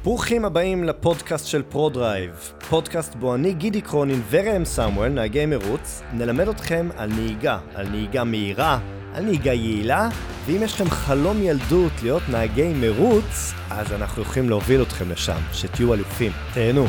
ברוכים הבאים לפודקאסט של פרודרייב, פודקאסט בו אני גידי קרונין וראם סמואל, נהגי מרוץ, נלמד אתכם על נהיגה מהירה, על נהיגה יעילה, ואם יש לכם חלום ילדות להיות נהגי מרוץ, אז אנחנו יכולים להוביל אתכם לשם, שתהיו אלופים. תהנו.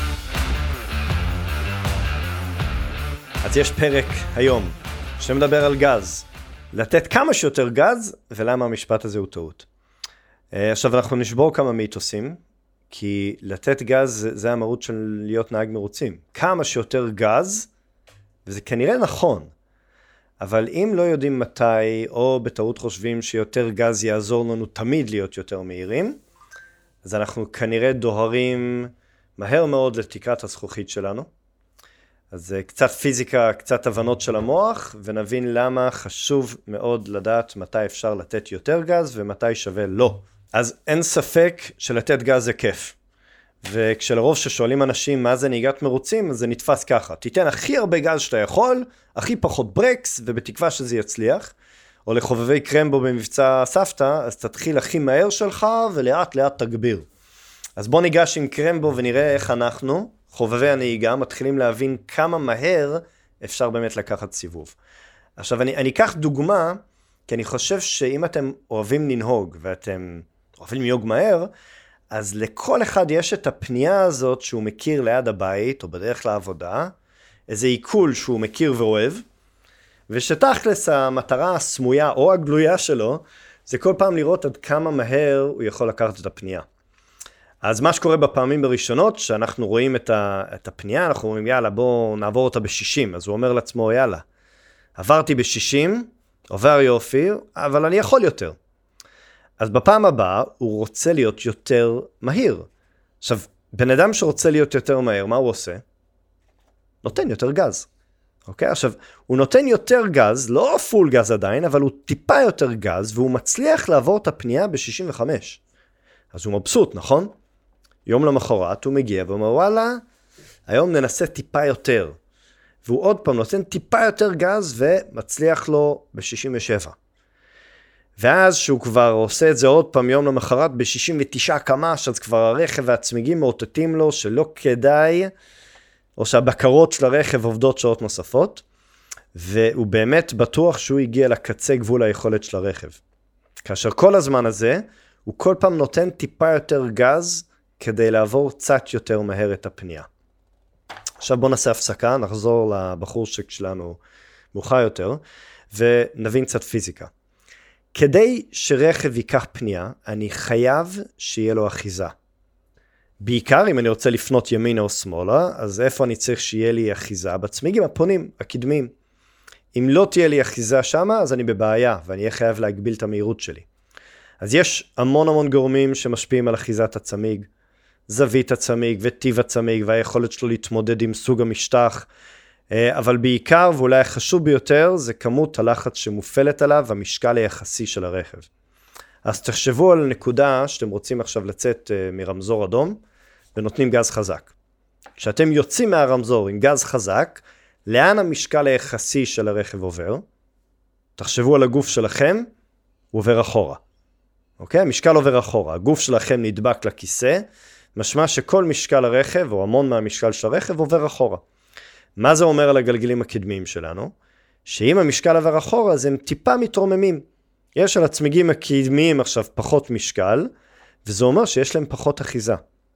אז יש פרק היום שמדבר על גז, לתת כמה שיותר גז, ולמה המשפט הזה הוא טעות. עכשיו אנחנו נשבור כמה מיתוסים, כי לתת גז זה המהות של להיות נהג מרוצים. כמה שיותר גז, וזה כנראה נכון, אבל אם לא יודעים מתי, או בטעות חושבים שיותר גז יעזור לנו תמיד להיות יותר מהירים, אז אנחנו כנראה דוהרים מהר מאוד לתקרת הזכוכית שלנו. אז קצת פיזיקה, קצת הבנות של המוח, ונבין למה חשוב מאוד לדעת מתי אפשר לתת יותר גז ומתי שווה לא. אז אין ספק שלתת גז זה כיף. וכשלרוב ששואלים אנשים מה זה נהיגת מרוצים, אז זה נתפס ככה. תיתן הכי הרבה גז שאתה יכול, הכי פחות ברקס, ובתקווה שזה יצליח. או לחובבי קרמבו במבצע סבתא, אז תתחיל הכי מהר שלך, ולאט לאט תגביר. אז בוא ניגש עם קרמבו ונראה איך אנחנו, חובבי הנהיגה, מתחילים להבין כמה מהר אפשר באמת לקחת סיבוב. עכשיו אני אקח דוגמה, כי אני חושב שאם אתם אוהבים לנהוג, ואתם אוהבים לנהוג מהר, אז לכל אחד יש את הפנייה הזאת שהוא מכיר ליד הבית, או בדרך לעבודה, איזה עיכול שהוא מכיר ואוהב, ושתכלס המטרה הסמויה או הגלויה שלו, זה כל פעם לראות עד כמה מהר הוא יכול לקחת את הפנייה. אז מה שקורה בפעמים בראשונות, שאנחנו רואים את הפנייה, אנחנו אומרים יאללה בוא נעבור אותה ב-60, אז הוא אומר לעצמו יאללה, עברתי ב-60, עובר יופי, אבל אני יכול יותר. אז בפעם הבאה הוא רוצה להיות יותר מהיר. עכשיו, בן אדם שרוצה להיות יותר מהיר, מה הוא עושה? נותן יותר גז. אוקיי? עכשיו, הוא נותן יותר גז, לא פול גז עדיין, אבל הוא טיפה יותר גז, והוא מצליח לעבור את הפנייה ב-65. אז הוא מבסוט, נכון? יום למחרת הוא מגיע ואומר, וואלה, היום ננסה טיפה יותר. והוא עוד פעם נותן טיפה יותר גז ומצליח לו ב-67. ואז שהוא כבר עושה את זה עוד פעם יום למחרת ב-69 קמ"ש, אז כבר הרכב והצמיגים מאותתים לו שלא כדאי, או שהבקרות של הרכב עובדות שעות נוספות, והוא באמת בטוח שהוא הגיע לקצה גבול היכולת של הרכב. כאשר כל הזמן הזה, הוא כל פעם נותן טיפה יותר גז, כדי לעבור קצת יותר מהר את הפנייה. עכשיו בוא נעשה הפסקה, נחזור לבחור שלנו מאוחר יותר, ונבין קצת פיזיקה. כדי שרכב ייקח פנייה, אני חייב שיהיה לו אחיזה. בעיקר אם אני רוצה לפנות ימינה או שמאלה, אז איפה אני צריך שיהיה לי אחיזה? בצמיגים הפונים, הקדמיים. אם לא תהיה לי אחיזה שמה, אז אני בבעיה, ואני אהיה חייב להגביל את המהירות שלי. אז יש המון גורמים שמשפיעים על אחיזת הצמיג, זווית הצמיג וטיב הצמיג והיכולת שלו להתמודד עם סוג המשטח, אבל בעיקר ואולי החשוב ביותר זה כמות הלחץ שמופעלת עליו והמשקל היחסי של הרכב. אז תחשבו על נקודה שאתם רוצים עכשיו לצאת מרמזור אדום ונותנים גז חזק. כשאתם יוצאים מהרמזור עם גז חזק, לאן המשקל היחסי של הרכב עובר? תחשבו על הגוף שלכם, הוא עובר אחורה. אוקיי? המשקל עובר אחורה, הגוף שלכם נדבק לכיסא, משמע שכל משקל הרכב, או המון מהמשקל של הרכב, עובר אחורה. מה זה אומר על הגלגלים הקדמיים שלנו? שאם המשקל עובר אחורה, אז הם טיפה מתרוממים. יש על הצמיגים הקדמיים עכשיו פחות משקל, וזה אומר שיש להם פחות אחיזה.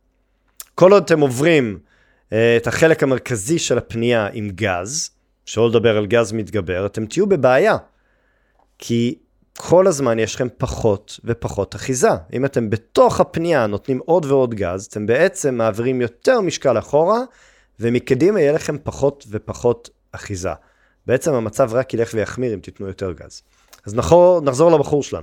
כל עוד אתם עוברים את החלק המרכזי של הפנייה עם גז, שלא לדבר על גז מתגבר, אתם תהיו בבעיה. כי כל הזמן יש לכם פחות ופחות אחיזה. אם אתם בתוך הפנייה נותנים עוד ועוד גז, אתם בעצם מעבירים יותר משקל אחורה, ומקדימה יהיה לכם פחות ופחות אחיזה. בעצם המצב רק ילך ויחמיר אם תיתנו יותר גז. אז נחזור לבחור שלנו.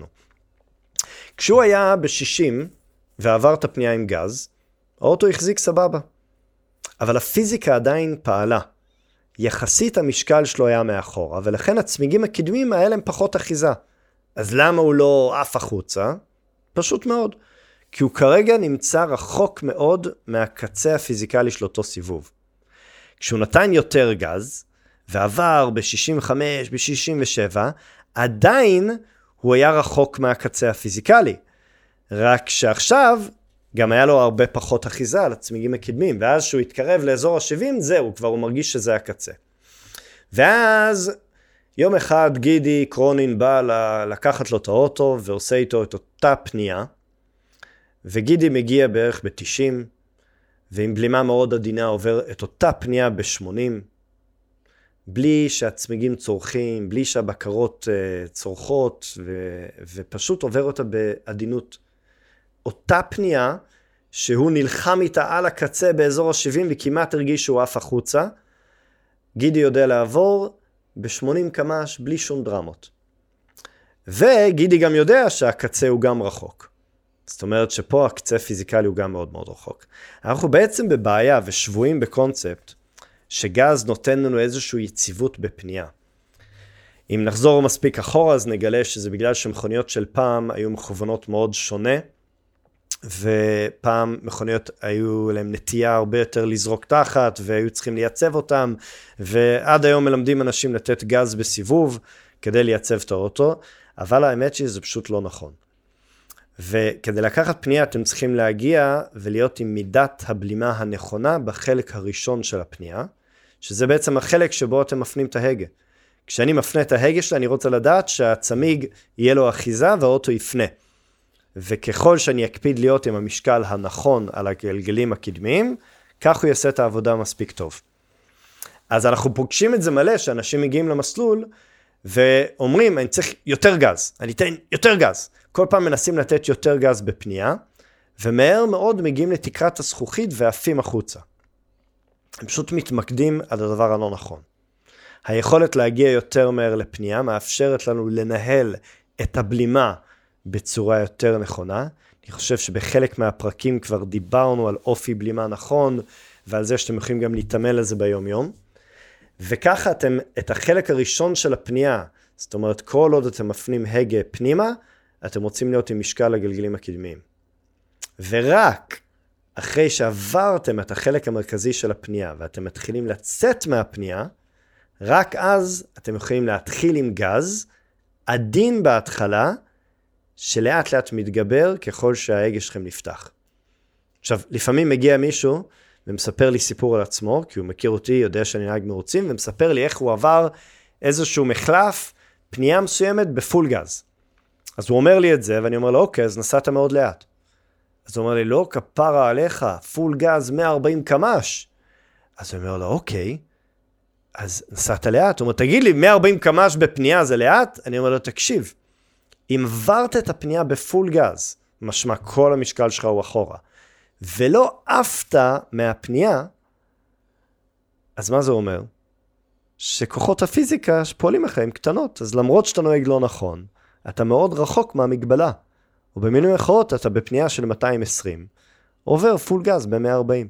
כשהוא היה ב-60 ועבר את הפנייה עם גז, האוטו החזיק סבבה. אבל הפיזיקה עדיין פעלה. יחסית המשקל שלו היה מאחורה, ולכן הצמיגים הקדמיים האלה הם פחות אחיזה. אז למה הוא לא עף החוצה? פשוט מאוד. כי הוא כרגע נמצא רחוק מאוד מהקצה הפיזיקלי של אותו סיבוב. כשהוא נתן יותר גז, ועבר ב-65, ב-67, עדיין הוא היה רחוק מהקצה הפיזיקלי. רק שעכשיו גם היה לו הרבה פחות אחיזה על הצמיגים הקדמיים, ואז שהוא התקרב לאזור ה-70, זהו, כבר הוא מרגיש שזה הקצה. ואז יום אחד גידי קרונין בא לקחת לו את האוטו, ועושה איתו את אותה פנייה, וגידי מגיע בערך ב-90, ועם בלימה מאוד עדינה עובר את אותה פנייה ב-80, בלי שהצמיגים צורכים, בלי שהבקרות צורכות, ופשוט עובר אותה בעדינות. אותה פנייה שהוא נלחם איתה על הקצה באזור ה-70, וכמעט הרגיש שהוא עף החוצה, גידי יודע לעבור ב-80 קמ"ש בלי שום דרמות. וגידי גם יודע שהקצה הוא גם רחוק. זאת אומרת שפה הקצה פיזיקלי הוא גם מאוד מאוד רחוק. אנחנו בעצם בבעיה ושבועים בקונספט, שגז נותן לנו איזושהי יציבות בפנייה. אם נחזור מספיק אחורה, אז נגלה שזה בגלל שמכוניות של פעם היו מכוונות מאוד שונה, ופעם מכוניות היו להם נטייה הרבה יותר לזרוק תחת, והיו צריכים לייצב אותם, ועד היום מלמדים אנשים לתת גז בסיבוב, כדי לייצב את האוטו, אבל האמת שזה פשוט לא נכון. וכדי לקחת פנייה אתם צריכים להגיע ולהיות עם מידת הבלימה הנכונה בחלק הראשון של הפנייה, שזה בעצם החלק שבו אתם מפנים את ההגה. כשאני מפנה את ההגה שלה, אני רוצה לדעת שהצמיג יהיה לו אחיזה והאוטו יפנה. וככל שאני אקפיד להיות עם המשקל הנכון על הגלגלים הקדמיים, כך הוא יעשה את העבודה מספיק טוב. אז אנחנו פוגשים את זה מלא, שאנשים מגיעים למסלול, ואומרים, אני צריך יותר גז, אני אתן יותר גז. כל פעם מנסים לתת יותר גז בפנייה, ומהר מאוד מגיעים לתקרת הזכוכית ועפים החוצה. הם פשוט מתמקדים על הדבר הלא נכון. היכולת להגיע יותר מהר לפנייה, מאפשרת לנו לנהל את הבלימה בצורה יותר נכונה. אני חושב שבחלק מהפרקים כבר דיברנו על אופי בלימה נכון, ועל זה שאתם יכולים גם להתאמן לזה ביום יום. וככה אתם, את החלק הראשון של הפנייה, זאת אומרת, כל עוד אתם מפנים הגה פנימה, אתם רוצים להיות עם משקל הגלגלים הקדמיים. ורק אחרי שעברתם את החלק המרכזי של הפנייה, ואתם מתחילים לצאת מהפנייה, רק אז אתם יכולים להתחיל עם גז, עדין בהתחלה, שלאט לאט מתגבר ככל שההגה שלכם נפתח. עכשיו, לפעמים מגיע מישהו ומספר לי סיפור על עצמו, כי הוא מכיר אותי, יודע שאני נהג מרוצים, ומספר לי איך הוא עבר איזשהו מחלף, פנייה מסוימת בפול גז. אז הוא אומר לי את זה, ואני אומר לו, אוקיי, אז נסעת מאוד לאט. אז הוא אומר לי, לא, כפרה עליך, פול גז 140 קמ"ש. אז הוא אומר לו, אוקיי, אז נסעת לאט. הוא אומר, תגיד לי, 140 קמ"ש בפנייה זה לאט? אני אומר לו, תקשיב, אם עברת את הפנייה בפול גז, משמע כל המשקל שלך הוא אחורה, ולא עפת מהפנייה, אז מה זה אומר? שכוחות הפיזיקה שפועלים לך הם קטנות, אז למרות שאתה נוהג לא נכון, אתה מאוד רחוק מהמגבלה, ובמילים אחרות אתה בפנייה של 220, עובר פול גז ב-140.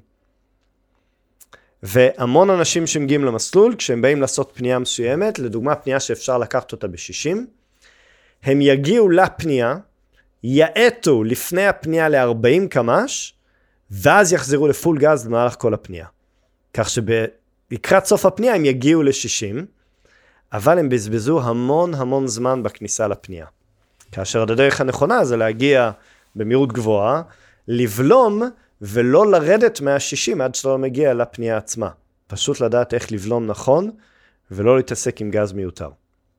והמון אנשים שמגיעים למסלול, כשהם באים לעשות פנייה מסוימת, לדוגמה פנייה שאפשר לקחת אותה ב-60, הם יגיעו לפנייה, יעטו לפני הפנייה ל-40 קמ"ש, ואז יחזרו לפול גז במהלך כל הפנייה. כך שבלקראת סוף הפנייה הם יגיעו ל-60, אבל הם בזבזו המון זמן בכניסה לפנייה. כאשר הדרך הנכונה זה להגיע במהירות גבוהה, לבלום ולא לרדת מה-60 עד שאתה לא מגיע לפנייה עצמה. פשוט לדעת איך לבלום נכון, ולא להתעסק עם גז מיותר.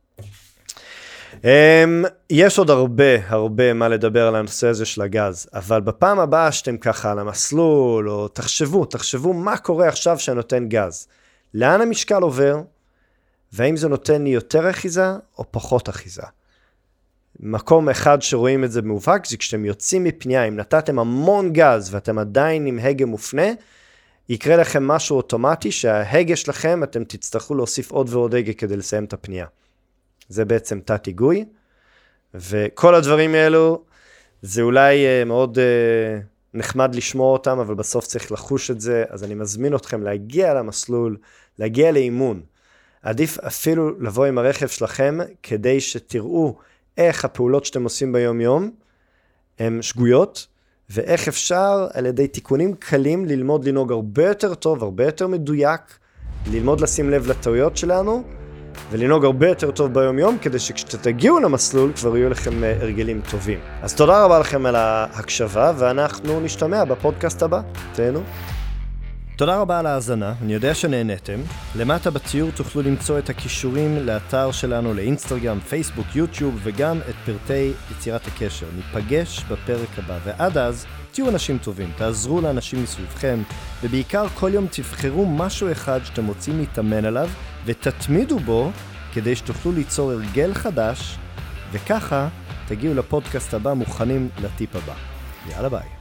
יש עוד הרבה מה לדבר על הנושא הזה של הגז, אבל בפעם הבאה שאתם ככה על המסלול, או תחשבו מה קורה עכשיו שנותן גז. לאן המשקל עובר, והאם זה נותן לי יותר אחיזה או פחות אחיזה. מקום אחד שרואים את זה במובהק, זה כשאתם יוצאים מפנייה, אם נתתם המון גז ואתם עדיין עם הגה מופנה, יקרה לכם משהו אוטומטי, שההגה שלכם אתם תצטרכו להוסיף עוד ועוד הגה כדי לסיים את הפנייה. זה בעצם תת היגוי, וכל הדברים האלו, זה אולי מאוד נחמד לשמוע אותם, אבל בסוף צריך לחוש את זה, אז אני מזמין אתכם להגיע למסלול, להגיע לאימון. עדיף אפילו לבוא עם הרכב שלכם, כדי שתראו איך הפעולות שאתם עושים ביום יום, הן שגויות, ואיך אפשר על ידי תיקונים קלים ללמוד לנהוג הרבה יותר טוב, הרבה יותר מדויק, ללמוד לשים לב לטעויות שלנו, ולנהוג הרבה יותר טוב ביום יום, כדי שכשתגיעו למסלול כבר יהיו לכם הרגלים טובים. אז תודה רבה לכם על ההקשבה, ואנחנו נשתמע בפודקאסט הבא. תהנו. תודה רבה על ההאזנה, אני יודע שנהנתם. למטה בציור תוכלו למצוא את הכישורים לאתר שלנו, לאינסטגרם, פייסבוק, יוטיוב, וגם את פרטי יצירת הקשר. ניפגש בפרק הבא, ועד אז תהיו אנשים טובים, תעזרו לאנשים מסביבכם, ובעיקר כל יום תבחרו משהו אחד שאתם רוצים להתאמן עליו, ותתמידו בו כדי שתוכלו ליצור הרגל חדש, וככה תגיעו לפודקאסט הבא מוכנים לטיפ הבא. יאללה ביי.